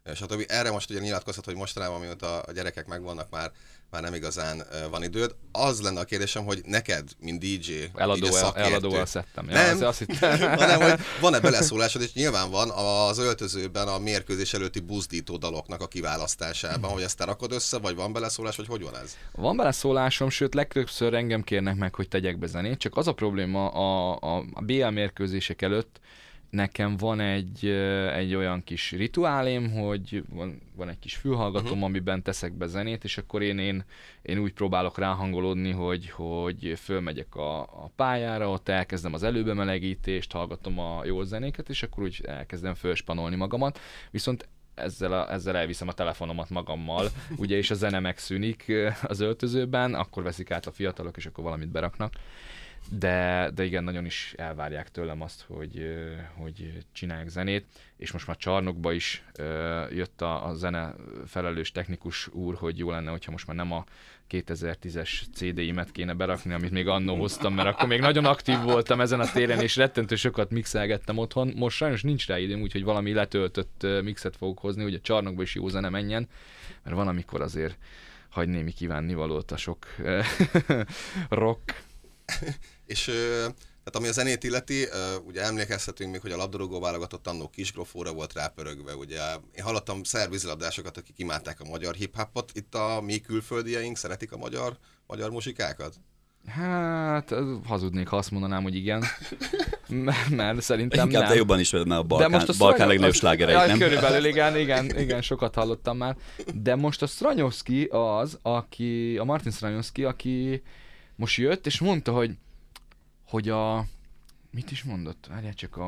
stb. Erre most ugye nyilatkozhat, hogy mostanában, mióta a gyerekek megvannak, már nem igazán van időd. Az lenne a kérdésem, hogy neked, mint DJ, eladóval szedtem. Nem, azt hittem. hanem, hogy van-e beleszólásod, és nyilván van az öltözőben a mérkőzés előtti buzdító daloknak a kiválasztásában, hogy ezt te rakod össze, vagy van beleszólás, hogy hogy van ez? Van beleszólásom, sőt legtöbbször engem kérnek meg, hogy tegyek be zenét, csak az a probléma a BL mérkőzések előtt, nekem van egy olyan kis rituálém, hogy van egy kis fülhallgatóm, amiben teszek be zenét, és akkor én úgy próbálok ráhangolódni, hogy fölmegyek a pályára, ott elkezdem az előbemelegítést, hallgatom a jó zenéket, és akkor úgy elkezdem fölspanolni magamat. Viszont ezzel elviszem a telefonomat magammal, ugye, és a zene megszűnik az öltözőben, akkor veszik át a fiatalok, és akkor valamit beraknak. De igen, nagyon is elvárják tőlem azt, hogy csinálják zenét, és most már csarnokba is jött a zene felelős technikus úr, hogy jó lenne, hogyha most már nem a 2010-es CD-imet kéne berakni, amit még annó hoztam, mert akkor még nagyon aktív voltam ezen a téren, és rettentő sokat mixelgettem otthon. Most sajnos nincs rá időm, úgyhogy valami letöltött mixet fogok hozni, hogy a csarnokba is jó zene menjen, mert van, amikor azért hagy némi kívánnivalót a sok rock. És tehát ami a zenét illeti, ugye emlékezhetünk még, hogy a labdarúgó válogatott annó Kisgrofóra volt rápörögve, ugye én hallottam szerb vízilabdásokat, akik imádták a magyar hip-hopot, itt a mi külföldieink szeretik a magyar muzsikákat? Hát, hazudnék, ha azt mondanám, hogy igen. Mert szerintem inkább nem. te jobban ismered már a Balkán legnagyobb slágereit, nem? Körülbelül igen, sokat hallottam már. De most a Stranyowski a Martin Stranyowski, aki most jött, és mondta, hogy mit is mondott? Várjál csak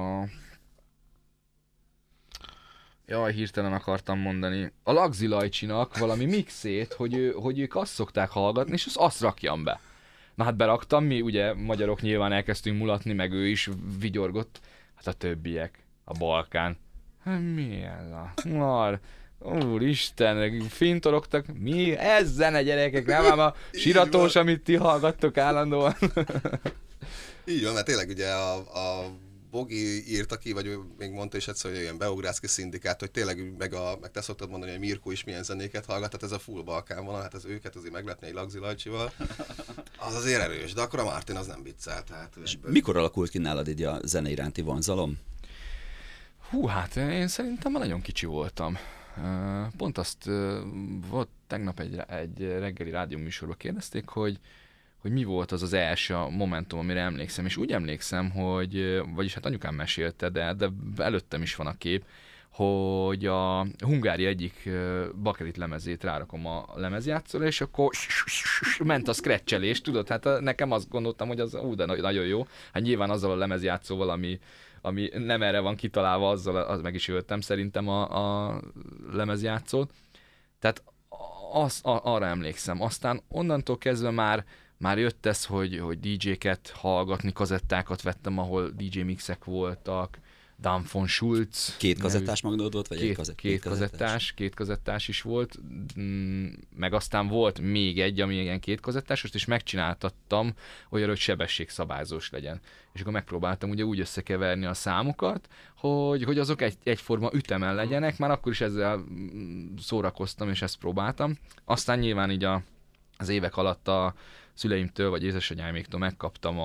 Jaj, hirtelen akartam mondani. A Lagzi Lajcsinak valami mixét, hogy ők azt szokták hallgatni, és azt rakjam be. Na hát beraktam, mi ugye magyarok nyilván elkezdtünk mulatni, meg ő is vigyorgott. Hát a többiek, a Balkán. Hát mi ez a... Úristen, fintorogtak. Mi? Ez zene, gyerekek, nem ám a siratós, amit ti hallgattok állandóan. Így van, mert tényleg ugye a Bogi írta ki, vagy még mondta is egyszer, hogy ilyen Beográszki szindikát, hogy tényleg meg te szoktad mondani, hogy Mirko is milyen zenéket hallgat, tehát ez a full Balkán vonal, hát ez őket azért meglepni egy Lagzi Lajcsival. Az azért erős, de akkor a Martin az nem viccel. Tehát és mikor alakult ki nálad így a zene iránti vonzalom? Hú, hát én szerintem már nagyon kicsi voltam. Pont azt volt tegnap egy reggeli rádióműsorban kérdezték, hogy mi volt az első momentum, amire emlékszem, és úgy emlékszem, hogy, vagyis hát anyukám mesélte, de előttem is van a kép, hogy a Hungária egyik bakelit lemezét rárakom a lemezjátszóra, és akkor ment a scratchelés, tudod, hát nekem azt gondoltam, hogy az de nagyon jó, hát nyilván azzal a lemezjátszóval, ami nem erre van kitalálva, az meg is öltem szerintem a lemezjátszót. Tehát arra emlékszem. Aztán onnantól kezdve már jött ez, hogy DJ-ket hallgatni, kazettákat vettem, ahol DJ mixek voltak, Dan von Schulz. Két kazettás magnód volt? Vagy két kazettás is volt, meg aztán volt még egy, ami ilyen két kazettásos, és megcsináltattam olyan, hogy sebességszabályzós legyen. És akkor megpróbáltam ugye úgy összekeverni a számokat, hogy azok egyforma ütemen legyenek, már akkor is ezzel szórakoztam, és ezt próbáltam. Aztán nyilván így az évek alatt a szüleimtől, vagy édesanyáméktól megkaptam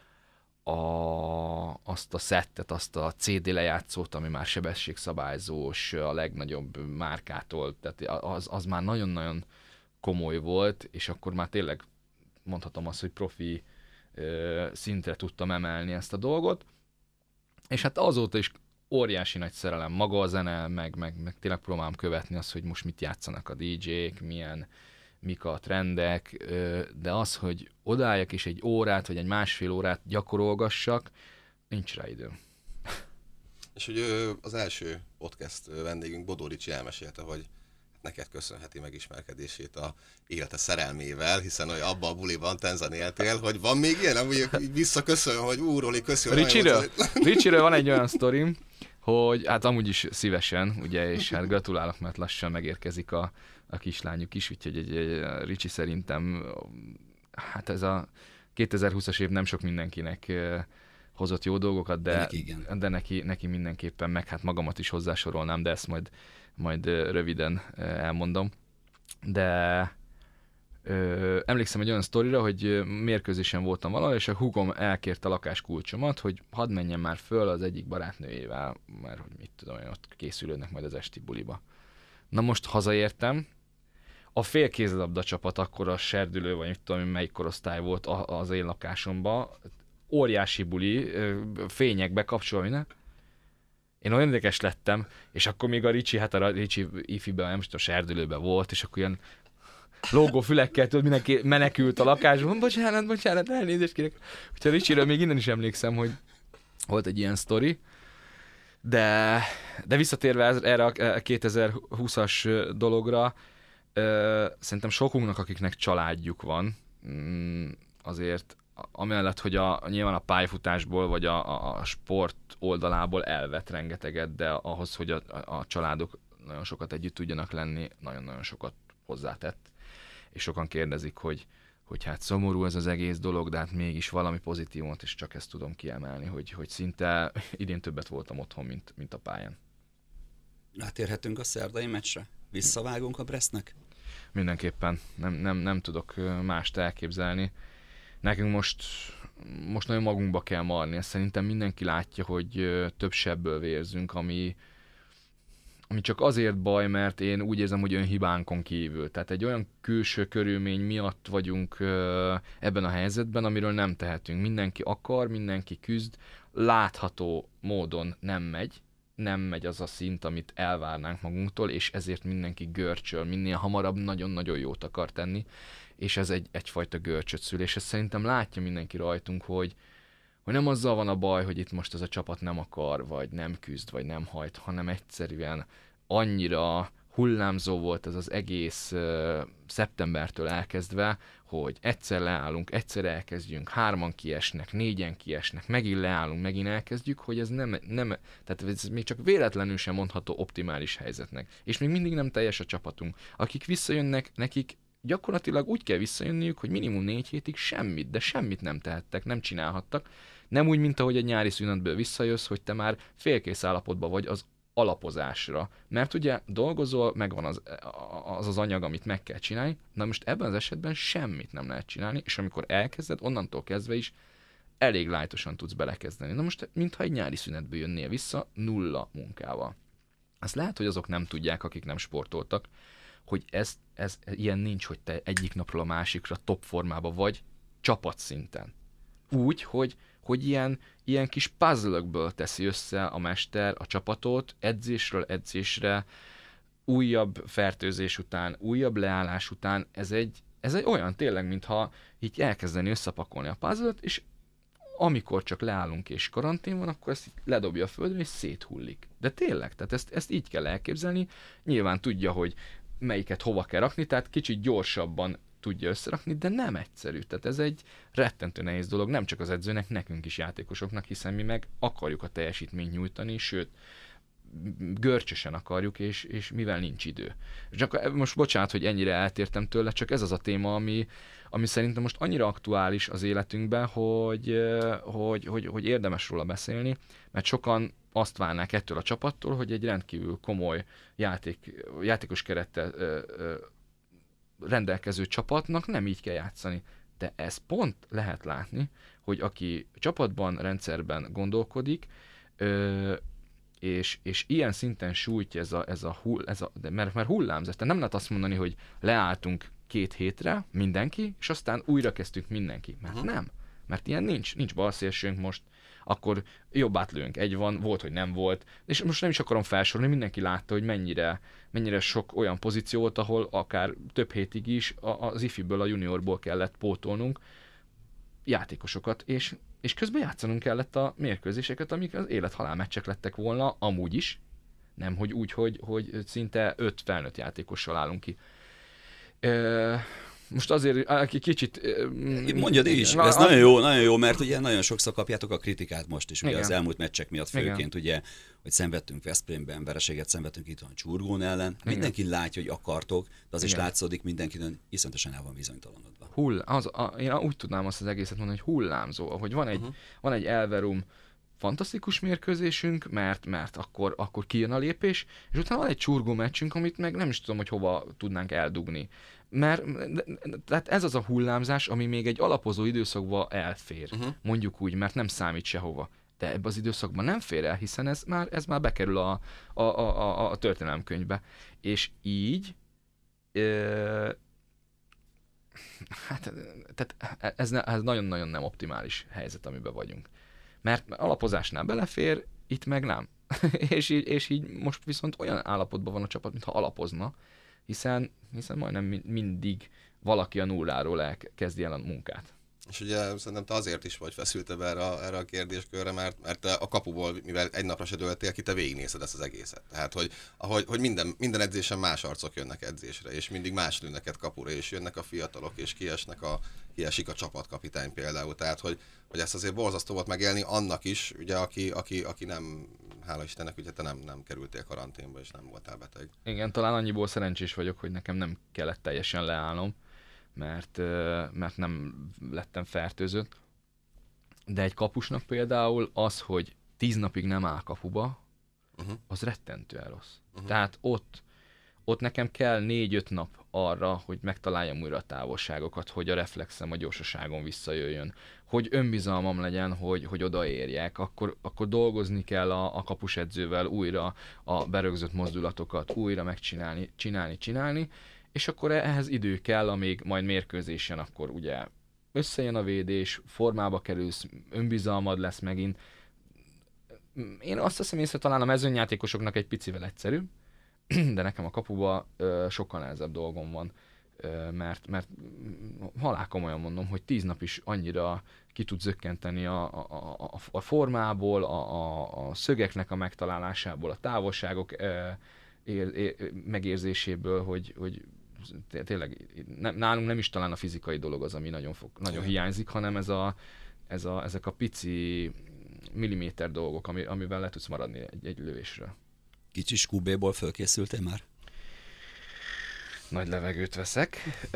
azt a szettet, azt a CD lejátszót, ami már sebességszabályzós, a legnagyobb márkától, tehát az már nagyon-nagyon komoly volt, és akkor már tényleg mondhatom azt, hogy profi szintre tudtam emelni ezt a dolgot, és hát azóta is óriási nagy szerelem maga a zene, meg tényleg próbálom követni azt, hogy most mit játszanak a DJ-k, mik a trendek, de az, hogy odaálljak és egy órát, vagy egy másfél órát gyakorolgassak, nincs rá időm. És hogy az első podcast vendégünk Bodó Ricsi elmesélte, hogy neked köszönheti megismerkedését a élete szerelmével, hiszen hogy abban a buliban tenzen éltél, hogy van még ilyen, amúgy visszaköszön, hogy Róli, köszönöm. Ricsiről van egy olyan sztorim, hogy hát amúgy is szívesen, ugye, és hát gratulálok, mert lassan megérkezik a kislányuk is, úgyhogy egy Ricsi szerintem, hát ez a 2020-as év nem sok mindenkinek hozott jó dolgokat, de neki mindenképpen, meg hát magamat is hozzásorolnám, de ezt majd röviden elmondom. De emlékszem egy olyan sztorira, hogy mérkőzésen voltam valahol, és a húgom elkérte a lakáskulcsomat, hogy hadd menjen már föl az egyik barátnőjével, mert hogy mit tudom én, ott készülődnek majd az esti buliba. Na most hazaértem, a félkézilabda csapat akkor a serdülő, vagy mit tudom én, melyik korosztály volt az én lakásomban, óriási buli, fények bekapcsolva, minden. Én olyan érdekes lettem, és akkor még a Ricsi ifiben, nem tudom, a serdülőben volt, és akkor ilyen lógó fülekkel, tudod, mindenki menekült a lakásban. Bocsánat, elnézést kérek. Úgyhogy a Ricsiről még innen is emlékszem, hogy volt egy ilyen sztori. De visszatérve erre a 2020-as dologra, szerintem sokunknak, akiknek családjuk van, azért amellett, hogy nyilván a pályafutásból vagy a sport oldalából elvett rengeteget, de ahhoz, hogy a családok nagyon sokat együtt tudjanak lenni, nagyon-nagyon sokat hozzátett. És sokan kérdezik, hogy hát szomorú ez az egész dolog, de hát mégis valami pozitívumot, és csak ezt tudom kiemelni, hogy szinte idén többet voltam otthon, mint a pályán. Rátérhetünk a szerdai meccsre? Visszavágunk a Bresznek? Mindenképpen. Nem tudok mást elképzelni. Nekünk most nagyon magunkba kell marni. Ezt szerintem mindenki látja, hogy több sebből vérzünk, ami csak azért baj, mert én úgy érzem, hogy önhibánkon kívül. Tehát egy olyan külső körülmény miatt vagyunk ebben a helyzetben, amiről nem tehetünk. Mindenki akar, mindenki küzd, látható módon nem megy az a szint, amit elvárnánk magunktól, és ezért mindenki görcsöl, minél hamarabb nagyon-nagyon jót akar tenni, és ez egyfajta görcsöt szül, és ezt szerintem látja mindenki rajtunk, hogy nem azzal van a baj, hogy itt most ez a csapat nem akar, vagy nem küzd, vagy nem hajt, hanem egyszerűen annyira hullámzó volt ez az egész szeptembertől elkezdve, hogy egyszer leállunk, egyszer elkezdjünk, 3-an kiesnek, 4-en kiesnek, megint leállunk, megint elkezdjük, hogy ez nem tehát ez még csak véletlenül sem mondható optimális helyzetnek. És még mindig nem teljes a csapatunk. Akik visszajönnek, nekik gyakorlatilag úgy kell visszajönniük, hogy minimum 4 hétig semmit nem tehettek, nem csinálhattak. Nem úgy, mint ahogy egy nyári szünetből visszajössz, hogy te már félkész állapotban vagy az alapozásra. Mert ugye dolgozol, megvan az anyag, amit meg kell csinálni, na most ebben az esetben semmit nem lehet csinálni, és amikor elkezded, onnantól kezdve is elég lájtosan tudsz belekezdeni. Na most, mintha egy nyári szünetből jönnél vissza, 0 munkával. Azt lehet, hogy azok nem tudják, akik nem sportoltak, hogy ez ilyen nincs, hogy te egyik napról a másikra top formában vagy, csapatszinten. Úgy, hogy ilyen kis puzzle-ökből teszi össze a mester a csapatot, edzésről edzésre, újabb fertőzés után, újabb leállás után, ez egy olyan tényleg, mintha így elkezdeni összepakolni a puzzle-t, és amikor csak leállunk és karantén van, akkor ezt ledobja a földre, és széthullik. De tényleg, tehát ezt így kell elképzelni. Nyilván tudja, hogy melyiket hova kell rakni, tehát kicsit gyorsabban tudja összerakni, de nem egyszerű. Tehát ez egy rettentő nehéz dolog, nem csak az edzőnek, nekünk is játékosoknak, hiszen mi meg akarjuk a teljesítményt nyújtani, sőt, görcsösen akarjuk, és mivel nincs idő. Csak most bocsánat, hogy ennyire eltértem tőle, csak ez az a téma, ami szerintem most annyira aktuális az életünkben, hogy érdemes róla beszélni, mert sokan azt várnák ettől a csapattól, hogy egy rendkívül komoly játékos kerettel rendelkező csapatnak nem így kell játszani. De ez pont lehet látni, hogy aki csapatban, rendszerben gondolkodik, és ilyen szinten sújtja mert hullámzás. Tehát nem lehet azt mondani, hogy leálltunk 2 hétre mindenki, és aztán újra kezdtünk mindenki. Mert nem. Mert ilyen nincs balszélsőnk most, akkor jobb átlőnk egy van, volt, hogy nem volt. És most nem is akarom felsorolni, mindenki látta, hogy mennyire sok olyan pozíció volt, ahol akár több hétig is az ifiből, a juniorból kellett pótolnunk játékosokat, és közben játszanunk kellett a mérkőzéseket, amik az élet-halál meccsek lettek volna, amúgy is. Nem, hogy úgy, hogy szinte 5 felnőtt játékossal állunk ki. most azért kicsit... Mondjad is, ez nagyon jó, mert ugye nagyon sokszor kapjátok a kritikát most is, ugye az elmúlt meccsek miatt főként, ugye, hogy szenvedtünk Veszprémben, vereséget szenvedtünk itt a Csurgón ellen. Mindenki látja, hogy akartok, de az is látszódik mindenkinek, iszonyatosan el van bizonytalanodva. Én úgy tudnám azt az egészet mondani, hogy hullámzó, hogy van egy Elverum fantasztikus mérkőzésünk, mert akkor kijön a lépés, és utána van egy Csurgó meccsünk, amit meg nem is tudom, hogy hova tudnánk eldugni. Tehát ez az a hullámzás, ami még egy alapozó időszakban elfér, mondjuk úgy, mert nem számít sehova. De ebben az időszakban nem fér el, hiszen ez már bekerül a történelemkönyvbe. És így tehát ez nagyon-nagyon nem optimális helyzet, amiben vagyunk. Mert alapozásnál belefér, itt meg nem. és így most viszont olyan állapotban van a csapat, mintha alapozna, hiszen majdnem mindig valaki a nulláról kezdi el a munkát. És ugye szerintem te azért is vagy feszültebb erre a kérdéskörre, mert a kapuból, mivel egy napra se dőltél ki, te végignézed ezt az egészet. Tehát, hogy minden edzésen más arcok jönnek edzésre, és mindig más lő neked kapura, és jönnek a fiatalok, és kiesik a csapatkapitány például. Tehát, hogy ezt azért borzasztó volt megélni annak is, ugye, aki nem, hála Istennek, ugye te nem kerültél karanténba, és nem voltál beteg. Igen, talán annyiból szerencsés vagyok, hogy nekem nem kellett teljesen leállnom, mert nem lettem fertőzött. De egy kapusnak például az, hogy 10 napig nem áll kapuba, az rettentően rossz. Tehát ott nekem kell 4-5 nap arra, hogy megtaláljam újra a távolságokat, hogy a reflexem, a gyorsaságon visszajöjjön, hogy önbizalmam legyen, hogy odaérjek, akkor dolgozni kell a kapusedzővel újra a berögzött mozdulatokat, újra megcsinálni, csinálni, és akkor ehhez idő kell, amíg majd mérkőzésen akkor ugye összejön a védés, formába kerülsz, önbizalmad lesz megint. Én azt hiszem észre, talán a mezőnyjátékosoknak egy picivel egyszerűbb, de nekem a kapuba sokkal nehezebb dolgom van, mert halálkomolyan mondom, hogy 10 nap is annyira ki tud zökkenteni a formából, a szögeknek a megtalálásából, a távolságok megérzéséből, hogy tényleg nálunk nem is talán a fizikai dolog az, ami nagyon hiányzik, hanem ezek a pici milliméter dolgok, amivel le tudsz maradni egy lövésről. Kicsi skúbéból fölkészültél már? Nagy levegőt veszek.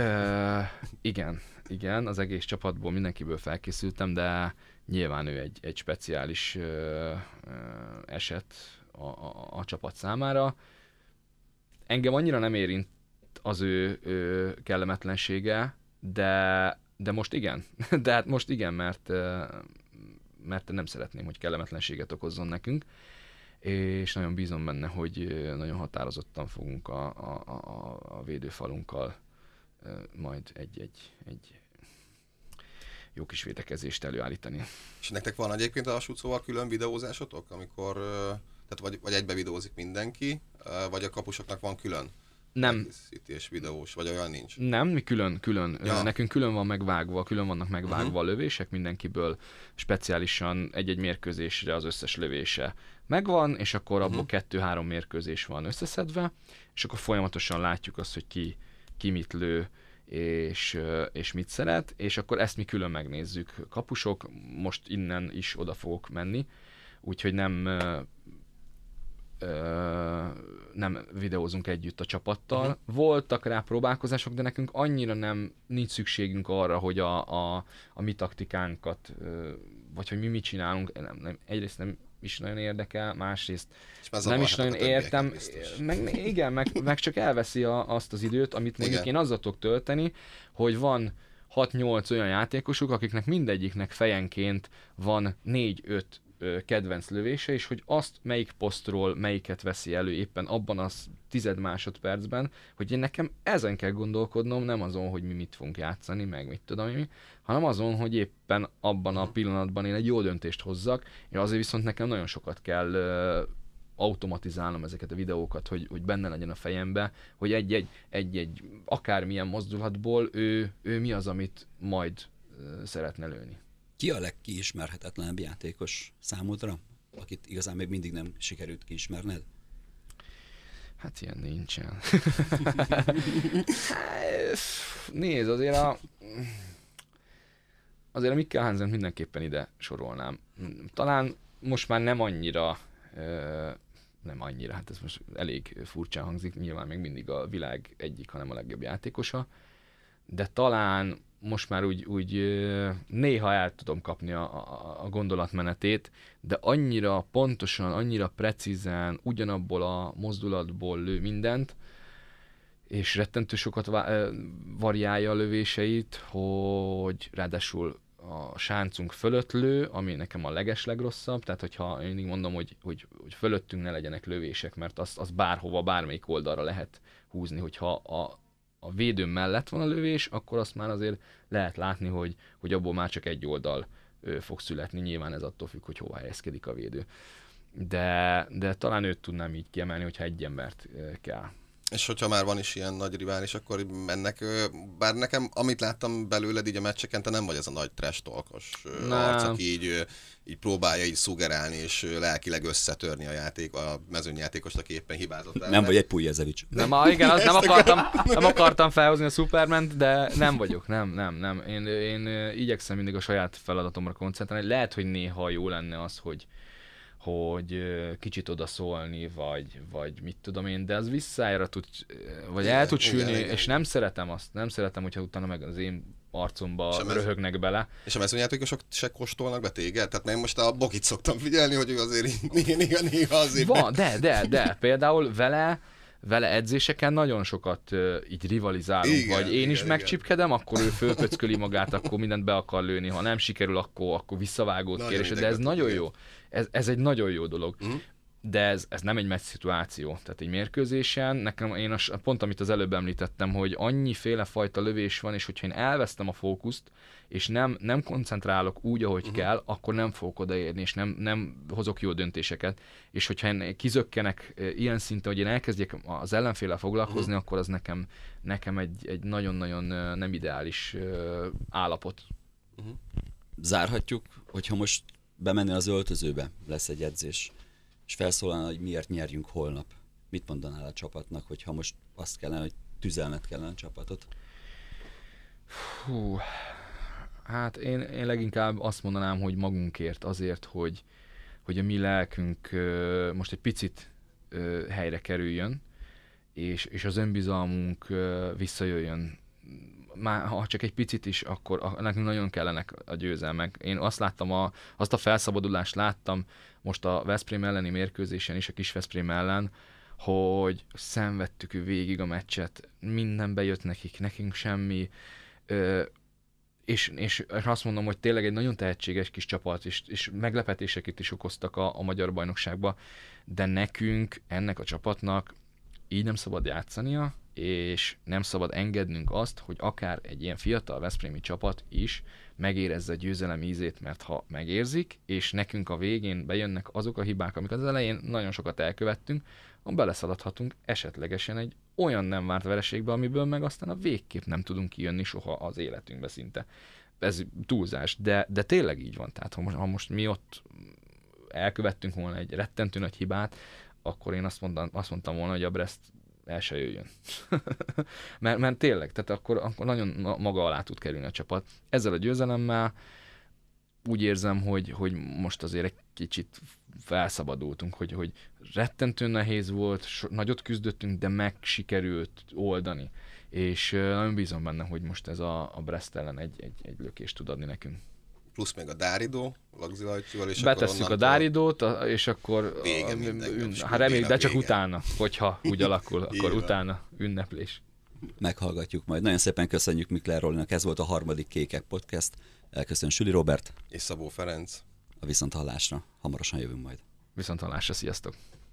Igen, az egész csapatból mindenkiből felkészültem, de nyilván ő egy speciális eset a csapat számára. Engem annyira nem érint az ő kellemetlensége, de most igen. De hát most igen, mert nem szeretném, hogy kellemetlenséget okozzon nekünk, és nagyon bízom benne, hogy nagyon határozottan fogunk a védőfalunkkal majd egy jó kis védekezést előállítani. És nektek van egyébként a Sucóval külön videózásotok, amikor tehát vagy egybe videózik mindenki, vagy a kapusoknak van külön? Nem. És videós, vagy olyan nincs? Nem, mi külön. Ja. Nekünk külön vannak megvágva a lövések, mindenkiből speciálisan egy-egy mérkőzésre az összes lövése megvan, és akkor abból 2-3 mérkőzés van összeszedve, és akkor folyamatosan látjuk azt, hogy ki mit lő, és mit szeret, és akkor ezt mi külön megnézzük. Kapusok, most innen is oda fogok menni, úgyhogy nem videózunk együtt a csapattal. Voltak rá próbálkozások, de nekünk annyira nincs szükségünk arra, hogy a mi taktikánkat, vagy hogy mi mit csinálunk, egyrészt nem is nagyon érdekel, másrészt nem is nagyon értem. Meg csak elveszi azt az időt, amit mondjuk én azzal tudok tölteni, hogy van 6-8 olyan játékosuk, akiknek mindegyiknek fejenként van 4-5 kedvenc lövése, és hogy azt melyik posztról melyiket veszi elő éppen abban az 10 másodpercben, hogy én nekem ezen kell gondolkodnom, nem azon, hogy mi mit fogunk játszani, meg mit tudom én, hanem azon, hogy éppen abban a pillanatban én egy jó döntést hozzak, és azért viszont nekem nagyon sokat kell automatizálnom ezeket a videókat, hogy benne legyen a fejembe, hogy egy akármilyen mozdulatból ő mi az, amit majd szeretne lőni. Ki a legkiismerhetetlenebb játékos számodra, akit igazán még mindig nem sikerült kiismerned? Hát ilyen nincsen. Nézd, azért a Mikkel Hansent mindenképpen ide sorolnám. Talán most már nem annyira, hát ez most elég furcsán hangzik, nyilván még mindig a világ egyik, hanem a legjobb játékosa, de talán most már úgy néha el tudom kapni a gondolatmenetét, de annyira pontosan, annyira precízen, ugyanabból a mozdulatból lő mindent, és rettentő sokat variálja a lövéseit, hogy ráadásul a sáncunk fölött lő, ami nekem a legrosszabb, tehát hogyha én mindig mondom, hogy fölöttünk ne legyenek lövések, mert az bárhova, bármelyik oldalra lehet húzni, hogyha a védő mellett van a lövés, akkor azt már azért lehet látni, hogy abból már csak egy oldal fog születni, nyilván ez attól függ, hogy hova helyezkedik a védő. De talán őt tudnám így kiemelni, hogyha egy embert kell. És hogyha már van is ilyen nagy rivális, akkor mennek, bár nekem, amit láttam belőled így a meccseken, te nem vagy ez a nagy trash talkos arc, aki így próbálja így szugerálni, és lelkileg összetörni a mezőnyjátékost, aki éppen hibázott el. Nem vagy egy Pujezevics. Igen, nem akartam felhozni a Superment, de nem vagyok, nem. Én igyekszem mindig a saját feladatomra koncentrálni. Lehet, hogy néha jó lenne az, hogy kicsit odaszólni, vagy mit tudom én, de az visszájára tud, vagy el tud sülni, és nem szeretem, hogyha utána meg az én arcomba röhögnek bele. És a mezőnyjátékosok se kóstolnak be téged? Tehát én most a Bokit szoktam figyelni, hogy ő azért néha azért... Van, de például vele edzéseken nagyon sokat így rivalizálunk, vagy én is megcsipkedem, akkor ő fölpöcköli magát, akkor mindent be akar lőni, ha nem sikerül, akkor visszavágót kér, de ez nagyon jó. Ez egy nagyon jó dolog. De ez nem egy meccs szituáció. Tehát egy mérkőzésen, nekem pont amit az előbb említettem, hogy annyiféle fajta lövés van, és hogyha én elvesztem a fókuszt, és nem koncentrálok úgy, ahogy kell, akkor nem fogok odaérni, és nem hozok jó döntéseket. És hogyha én kizökkenek ilyen szinten, hogy én elkezdjek az ellenféllel foglalkozni, akkor az nekem egy nagyon-nagyon nem ideális állapot. Zárhatjuk, hogyha most bemennél az öltözőbe, lesz egy edzés, és felszólalna, hogy miért nyerjünk holnap. Mit mondanál a csapatnak, hogyha most azt kellene, hogy tüzelned kellene a csapatot? Hát én leginkább azt mondanám, hogy magunkért, azért, hogy a mi lelkünk most egy picit helyre kerüljön, és az önbizalmunk visszajöjjön. Már ha csak egy picit is, akkor nekünk nagyon kellenek a győzelmek. Én azt a felszabadulást láttam most a Veszprém elleni mérkőzésen is, a Kis Veszprém ellen, hogy szenvedtük végig a meccset, minden bejött nekünk semmi, és azt mondom, hogy tényleg egy nagyon tehetséges kis csapat, és meglepetéseket is okoztak a magyar bajnokságba, de nekünk, ennek a csapatnak így nem szabad játszania, és nem szabad engednünk azt, hogy akár egy ilyen fiatal veszprémi csapat is megérezze a győzelem ízét, mert ha megérzik, és nekünk a végén bejönnek azok a hibák, amiket az elején nagyon sokat elkövettünk, beleszaladhatunk esetlegesen egy olyan nem várt vereségbe, amiből meg aztán a végképp nem tudunk kijönni soha az életünkbe szinte. Ez túlzás, de tényleg így van. Tehát ha most mi ott elkövettünk volna egy rettentő nagy hibát, akkor én azt mondtam volna, hogy a Brest el se jöjjön. mert tényleg, tehát akkor nagyon maga alá tud kerülni a csapat. Ezzel a győzelemmel úgy érzem, hogy most azért egy kicsit felszabadultunk, hogy rettentően nehéz volt, nagyot küzdöttünk, de meg sikerült oldani. És nagyon bízom benne, hogy most ez a Brest ellen egy lökést tud adni nekünk. Plusz még a Dáridó, Lagzi Lajcsival, és betesszük a Dáridót, és akkor reméljük, de csak utána, hogyha úgy alakul, akkor utána ünneplés. Meghallgatjuk majd. Nagyon szépen köszönjük Mikler Rolinak, ez volt a harmadik Kékek Podcast. Elköszön Süli Róbert és Szabó Ferenc. A viszonthallásra. Hamarosan jövünk majd. Viszonthallásra, sziasztok!